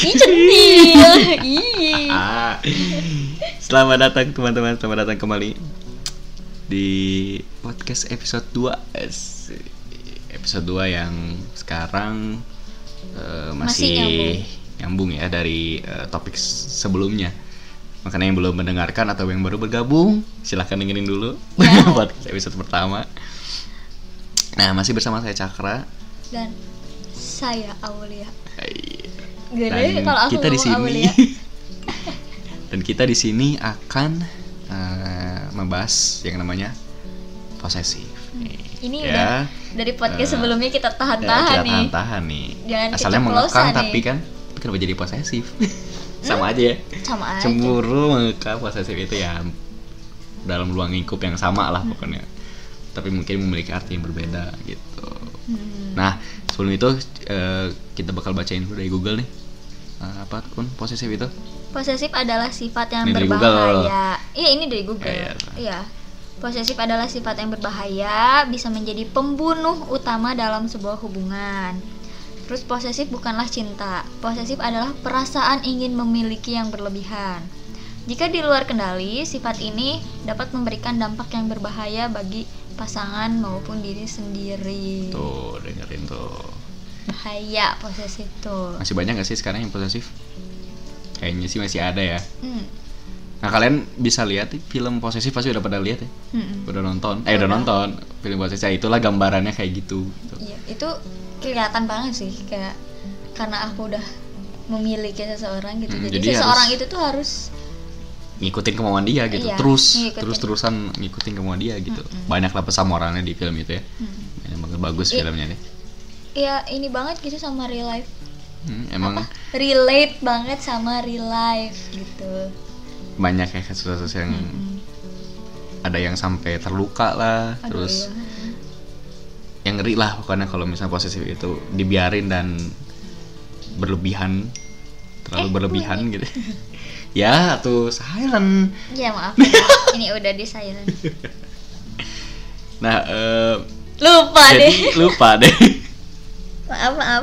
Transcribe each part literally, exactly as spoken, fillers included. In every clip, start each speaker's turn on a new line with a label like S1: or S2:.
S1: Ih, centil. Ih.
S2: Selamat datang teman-teman, selamat datang kembali di podcast episode dua. Episode dua yang sekarang uh, masih, masih nyambung. nyambung ya dari uh, topik sebelumnya. Makanya yang belum mendengarkan atau yang baru bergabung, silahkan dengerin dulu yeah. podcast episode pertama. Nah, masih bersama saya Cakra
S1: dan saya Aulia.
S2: Dan
S1: kalau aku
S2: kita di sini
S1: Aulia.
S2: Dan kita di sini akan uh, membahas yang namanya posesif.
S1: Hmm. Ini
S2: ya,
S1: udah dari podcast uh, sebelumnya kita tahan-tahan
S2: kita
S1: nih.
S2: Tahan-tahan nih.
S1: Jangan
S2: asalnya mengekang
S1: nih.
S2: tapi kan kenapa jadi posesif? Sama aja ya.
S1: Sama aja.
S2: Cemburu, mengekang, posesif itu ya dalam ruang lingkup yang sama lah hmm. pokoknya. Tapi mungkin memiliki arti yang berbeda gitu. Hmm. Nah, sebelum itu uh, kita bakal bacain dulu dari Google nih. Uh, apa pun posesif itu?
S1: Posesif adalah sifat yang
S2: ini
S1: berbahaya. Iya, ini dari Google.
S2: Iya.
S1: Iya. Posesif adalah sifat yang berbahaya, bisa menjadi pembunuh utama dalam sebuah hubungan. Terus posesif bukanlah cinta. Posesif adalah perasaan ingin memiliki yang berlebihan. Jika di luar kendali, sifat ini dapat memberikan dampak yang berbahaya bagi pasangan maupun diri sendiri.
S2: Tuh, dengerin tuh.
S1: Bahaya posesif tuh.
S2: Masih banyak gak sih sekarang yang posesif? Kayaknya sih masih ada ya.
S1: Hmm.
S2: Nah, kalian bisa lihat film posesif pasti udah pada lihat ya? Hmm. Udah nonton? Eh, udah, udah nonton film posesif. Itulah gambarannya kayak gitu.
S1: Iya, itu kelihatan banget sih, kayak karena aku udah memiliki seseorang gitu. Hmm, jadi, jadi seseorang itu tuh harus
S2: ngikutin kemauan dia gitu, iya, terus ngikutin. terus-terusan ngikutin kemauan dia gitu. Mm-hmm. Banyaklah pesamorannya di film itu ya. Mm-hmm. Banyak banget bagus I- filmnya nih.
S1: Iya, ini banget gitu sama real life.
S2: Hmm, emang
S1: apa? Relate banget sama real life gitu.
S2: Banyak ya kasus-kasus yang mm-hmm. ada yang sampai terluka lah. Aduh, terus iya. yang ngeri lah pokoknya kalau misalnya posesif itu dibiarin dan berlebihan, terlalu eh, berlebihan ini. gitu. Ya, tuh silent.
S1: Ya maaf ya. Ini udah di silent.
S2: Nah, uh,
S1: lupa
S2: jadi,
S1: deh.
S2: Lupa deh.
S1: Maaf maaf.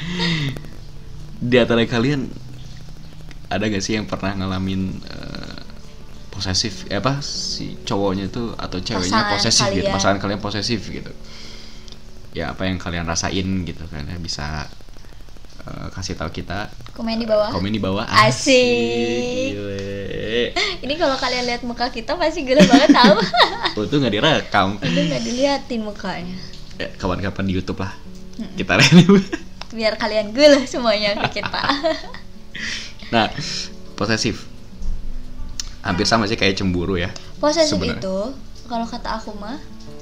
S2: Di antara kalian ada gak sih yang pernah ngalamin uh, posesif? Eh, apa si cowoknya tuh atau ceweknya pasangan posesif kalian. gitu? Pasangan kalian posesif gitu. Ya, apa yang kalian rasain gitu kan ya, bisa Uh, kasih tahu kita,
S1: komen di bawah.
S2: Komen di bawah.
S1: Asik. Asik. Ini kalau kalian lihat muka kita pasti gila banget tahu.
S2: Itu nggak direkam.
S1: Itu nggak diliatin mukanya.
S2: Ya, kapan-kapan di YouTube lah. Hmm. Kita
S1: review. Biar kalian gila semuanya ke kita.
S2: Nah, posesif. Hampir sama sih kayak cemburu ya.
S1: Posesif sebenernya. Itu kalau kata aku mah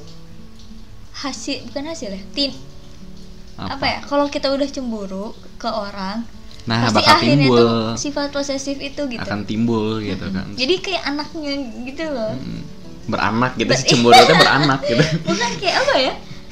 S1: hasil bukan hasil ya. Tin apa, apa ya, kalau kita udah cemburu ke orang,
S2: nah
S1: pasti
S2: bakal
S1: akhirnya
S2: timbul
S1: tuh sifat posesif itu gitu
S2: akan timbul gitu
S1: mm-hmm.
S2: kan.
S1: Jadi kayak anaknya gitu loh.
S2: hmm. Beranak gitu, Ber- si cemburunya beranak gitu.
S1: Bukan kayak apa ya,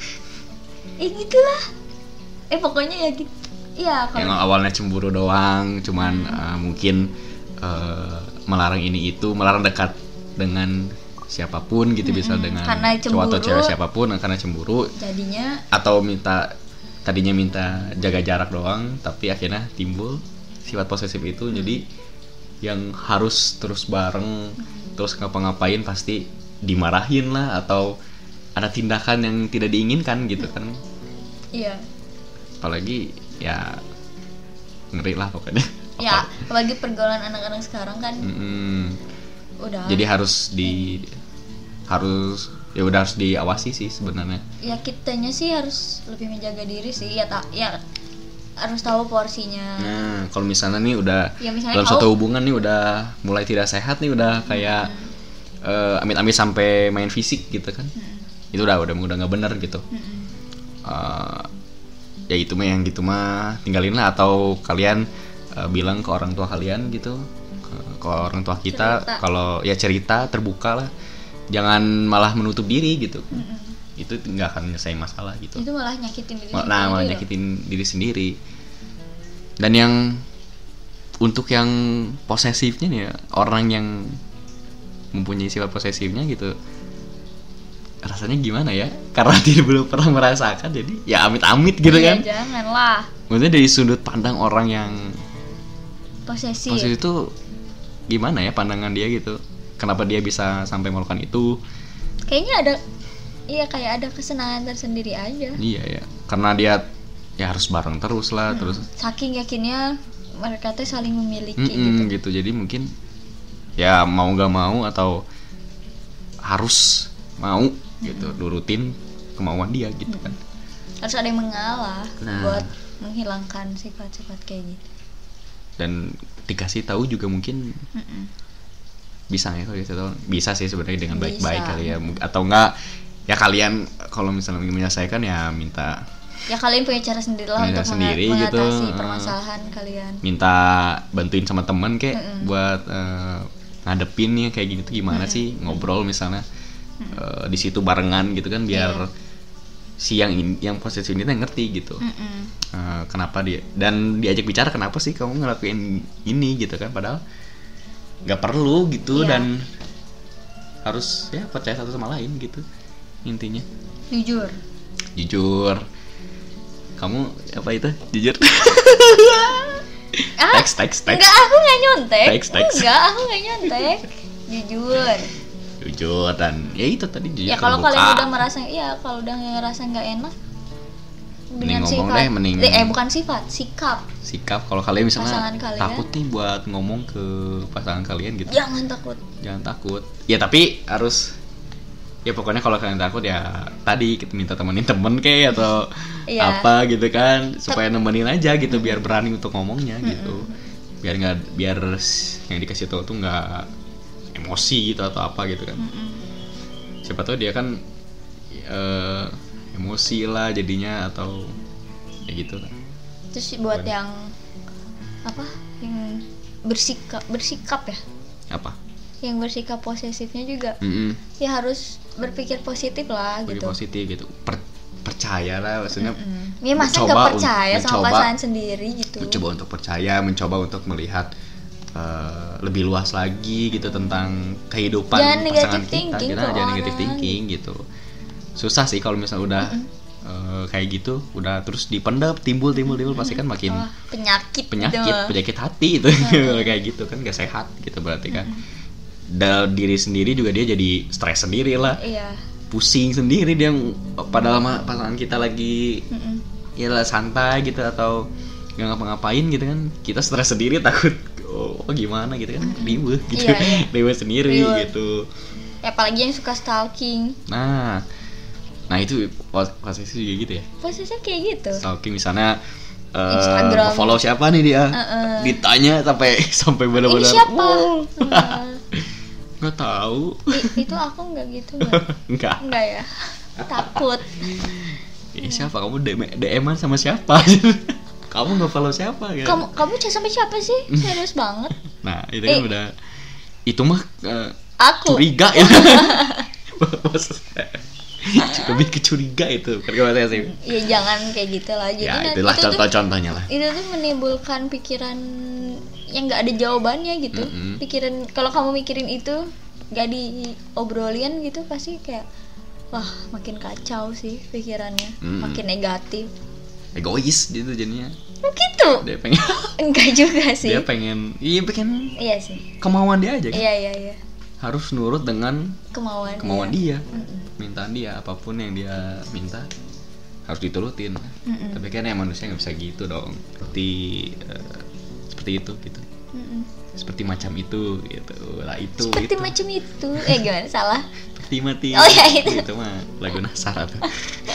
S1: ya gitulah. Eh pokoknya ya gitu. Iya,
S2: kalau yang awalnya cemburu doang, cuman hmm. uh, mungkin uh, melarang ini itu, melarang dekat dengan siapapun gitu, hmm. bisa dengan cowok atau cewek siapapun karena cemburu.
S1: Jadinya
S2: atau minta tadinya minta jaga jarak doang, tapi akhirnya timbul sifat posesif itu. Hmm. Jadi yang harus terus bareng, hmm. terus ngapa-ngapain pasti dimarahin lah, atau ada tindakan yang tidak diinginkan gitu kan.
S1: Iya.
S2: Apalagi ya ngeri lah pokoknya.
S1: Ya, apalagi pergaulan anak-anak sekarang kan.
S2: Hmm.
S1: Udah.
S2: Jadi harus di harus ya udah harus diawasi sih sebenarnya.
S1: Ya kitanya sih harus lebih menjaga diri sih, ya tak ya harus tahu porsinya.
S2: Nah, kalau misalnya nih udah
S1: ya,
S2: dalam suatu hubungan nih udah mulai tidak sehat nih, udah kayak hmm. uh, amit-amit sampai main fisik gitu kan. Hmm. Itu udah udah udah nggak benar gitu. Hmm. Uh, ya itu mah yang gitu mah tinggalin lah, atau kalian uh, bilang ke orang tua kalian gitu, ke, ke orang tua kita, kalau ya cerita terbuka lah. Jangan malah menutup diri gitu. Mm-mm. Itu nggak akan nyelesain masalah gitu.
S1: Itu malah nyakitin diri
S2: Mal-
S1: sendiri.
S2: Nah, malah nyakitin loh. diri sendiri. Dan yang untuk yang posesifnya nih ya, orang yang mempunyai sifat posesifnya gitu, rasanya gimana ya? Karena dia belum pernah merasakan, jadi ya amit-amit gitu
S1: iya,
S2: kan.
S1: Janganlah.
S2: Maksudnya dari sudut pandang orang yang
S1: Posesif.
S2: Posesif itu gimana ya pandangan dia gitu? Kenapa dia bisa sampai melakukan itu?
S1: Kayaknya ada, iya kayak ada kesenangan tersendiri aja.
S2: Iya ya, karena dia ya harus bareng terus lah, hmm. terus.
S1: Saking yakinnya mereka tuh saling memiliki
S2: Mm-mm,
S1: gitu.
S2: gitu. Jadi mungkin ya mau nggak mau atau harus mau hmm. gitu, nurutin kemauan dia gitu kan.
S1: Harus ada yang mengalah
S2: nah.
S1: buat menghilangkan sifat-sifat kayak gitu.
S2: Dan dikasih tahu juga mungkin Mm-mm. bisa ya kalau gitu tahu. Bisa sih sebenarnya dengan bisa. Baik-baik kali ya, atau enggak ya kalian kalau misalnya menyelesaikan ya minta
S1: ya kalian punya cara sendiri lah untuk
S2: sendiri
S1: mengatasi
S2: gitu.
S1: permasalahan uh, kalian.
S2: Minta bantuin sama temen kayak Mm-mm. buat uh, ngadepin nih kayak gitu gimana Mm-mm. sih ngobrol misalnya uh, di situ barengan gitu kan biar yeah. si yang in, yang posesif ini ngerti gitu uh, kenapa dia dan diajak bicara kenapa sih kamu ngelakuin ini gitu kan padahal nggak perlu gitu yeah. dan harus ya percaya satu sama lain gitu intinya.
S1: Jujur.
S2: Jujur. Kamu apa itu? Jujur.
S1: Ah,
S2: teks teks teks.
S1: Enggak, aku nggak nyontek.
S2: Teks teks.
S1: Enggak, aku nggak nyontek. Jujur.
S2: Jujur dan ya itu tadi jujur.
S1: Ya kalau kalian udah merasa, ya kalau udah ngerasa nggak enak dengan
S2: mending
S1: sifat,
S2: deh, mending,
S1: eh bukan sifat, sikap.
S2: Sikap kalau kalian misalnya
S1: kalian,
S2: takut nih buat ngomong ke pasangan kalian gitu.
S1: Jangan takut.
S2: Jangan takut. Ya tapi harus ya pokoknya kalau kalian takut ya tadi kita minta temenin temen kayak atau iya. apa gitu kan supaya nemenin aja gitu biar berani untuk ngomongnya gitu. Biar nggak biar yang dikasih tahu tuh nggak emosi gitu atau apa gitu kan. Siapa tahu dia kan uh, emosi lah jadinya atau ya gitu kan.
S1: Terus buat Buat. yang apa yang bersikap bersikap ya
S2: apa
S1: yang bersikap posesifnya juga
S2: mm-hmm.
S1: ya harus berpikir positif lah berpikir gitu
S2: positif gitu per, percaya lah maksudnya
S1: mm-hmm. ya masa nggak percaya un- sama pasangan sendiri gitu
S2: mencoba untuk percaya mencoba untuk melihat uh, lebih luas lagi gitu tentang kehidupan
S1: jangan
S2: pasangan kita
S1: thinking
S2: kita jangan negatif thinking gitu susah sih kalau misalnya udah mm-hmm. Uh, kayak gitu udah terus dipendam timbul timbul timbul pasti kan makin
S1: oh, penyakit
S2: penyakit
S1: gitu.
S2: penyakit hati itu kayak gitu kan gak sehat gitu berarti kan dan diri sendiri juga dia jadi stres sendiri lah
S1: iya.
S2: pusing sendiri dia padahal sama pasangan kita lagi
S1: Mm-mm.
S2: ya lah santai gitu atau nggak ngapa-ngapain gitu kan kita stres sendiri takut oh gimana gitu kan riweuh gitu
S1: iya, iya.
S2: riweuh sendiri riweuh. Gitu
S1: ya, apalagi yang suka stalking
S2: nah Nah itu posesif juga gitu ya.
S1: Posesif kayak gitu.
S2: Stalking misalnya uh, follow siapa nih dia, uh-uh. ditanya sampai sampai benar-benar.
S1: Ini siapa?
S2: Wow. Nggak tahu.
S1: I, itu aku nggak gitu nggak.
S2: Nggak.
S1: Nggak ya. Takut.
S2: Eh, siapa kamu D M-an sama siapa? Kamu nggak follow siapa? Gitu.
S1: Kamu kamu chat sama siapa sih? Serius banget.
S2: Nah itu kan eh. udah itu mah uh,
S1: aku
S2: curiga ya. Lebih kecuriga itu kan saya sih.
S1: Ya jangan kayak gitu lah. Jadi
S2: ya itulah itu contoh-contohnya lah.
S1: Itu tuh menimbulkan pikiran yang nggak ada jawabannya gitu. Mm-hmm. Pikiran kalau kamu mikirin itu nggak diobrolin gitu pasti kayak wah makin kacau sih pikirannya, mm-hmm. makin negatif.
S2: Egois gitu jadinya.
S1: Begitu.
S2: Dia pengen.
S1: Enggak juga sih.
S2: Dia pengen, iya pengen.
S1: Iya sih.
S2: Kemauan dia aja. Kan?
S1: Iya iya iya.
S2: Harus nurut dengan
S1: kemauan,
S2: kemauan dia, dia.
S1: Mm-mm.
S2: mintaan dia apapun yang dia minta harus diturutin.
S1: Mm-mm.
S2: Tapi kan ya manusia nggak bisa gitu dong seperti uh, seperti itu gitu.
S1: Mm-mm.
S2: Seperti macam itu gitu lah itu
S1: seperti
S2: gitu.
S1: Macam itu eh gimana salah
S2: seperti mati
S1: oh ya itu
S2: itu mah lagu Nasar tuh.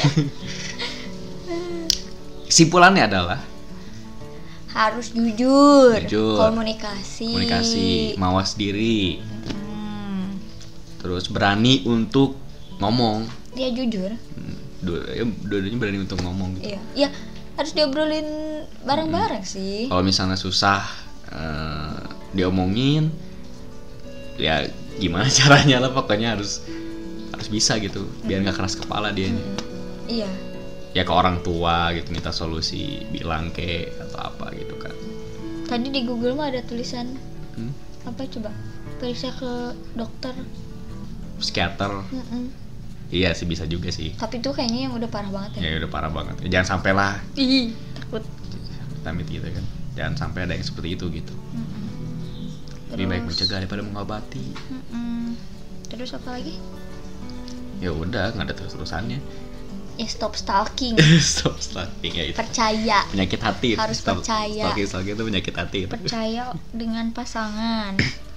S2: Kesimpulannya adalah
S1: harus jujur,
S2: jujur
S1: komunikasi
S2: komunikasi mawas diri. Terus berani untuk ngomong.
S1: Dia jujur.
S2: Dua-duanya berani untuk ngomong gitu.
S1: Iya, ya harus diobrolin bareng-bareng hmm. sih.
S2: Kalau misalnya susah uh, diomongin, ya gimana caranya lah pokoknya harus harus bisa gitu, biar nggak keras kepala dia.
S1: Hmm. Iya.
S2: Ya ke orang tua gitu minta solusi, bilang ke atau apa gitu kan.
S1: Tadi di Google mah ada tulisan
S2: hmm?
S1: apa coba? Periksa ke dokter.
S2: Psikiater.
S1: Mm-mm.
S2: Iya sih bisa juga sih.
S1: Tapi itu kayaknya yang udah parah banget ya.
S2: Ya udah parah banget. Jangan sampai lah.
S1: Ih, takut.
S2: Damit gitu kan. jangan sampai ada yang seperti itu gitu.
S1: Mm-mm.
S2: Lebih baik
S1: Terus-
S2: mencegah daripada mengobati.
S1: Mm-mm. Terus apa lagi?
S2: Ya udah, nggak ada terus terusannya.
S1: Ya stop stalking.
S2: Stop stalking ya itu
S1: Percaya.
S2: penyakit hati.
S1: Harus
S2: Stop-
S1: percaya.
S2: Stalking stalking itu penyakit hati itu.
S1: Percaya dengan pasangan.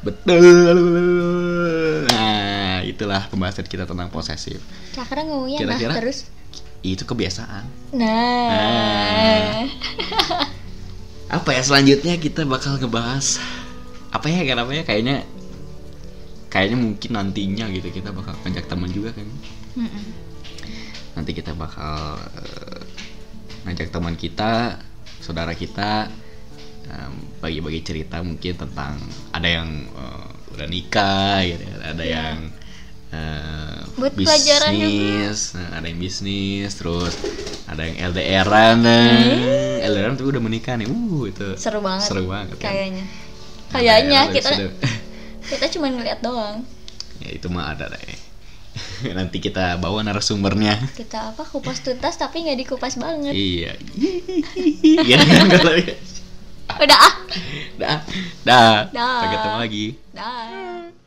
S2: Betul. Nah, itulah pembahasan kita tentang posesif.
S1: Cakra ngomongnya nah
S2: Kira-kira?
S1: terus.
S2: Itu kebiasaan.
S1: Nah.
S2: Nah. Apa ya selanjutnya kita bakal ngebahas apa ya kenapa ya kayaknya kayaknya mungkin nantinya gitu kita bakal ngajak teman juga kan.
S1: Mm-mm.
S2: Nanti kita bakal eh, ngajak teman kita, saudara kita, em, bagi-bagi cerita mungkin tentang ada yang eh, udah nikah gitu, ada
S1: Iya.
S2: yang eh,
S1: Buat pelajaran
S2: bisnis, nah, ada yang bisnis, terus ada yang L D R-an, nah, L D R-an tuh udah menikah nih, uh itu
S1: Seru banget.
S2: seru banget kan.
S1: Kayaknya.
S2: Nah,
S1: Kayaknya
S2: ya,
S1: kita
S2: sudah-
S1: kita cuma ngeliat doang.
S2: ya itu mah ada deh. Nanti kita bawa narasumbernya.
S1: Kita apa kupas tuntas tapi nggak dikupas banget.
S2: Iya. Iya kan kalau ya.
S1: Udah ah.
S2: Dah. Dah.
S1: Dah.
S2: Sampai ketemu lagi.
S1: Dah.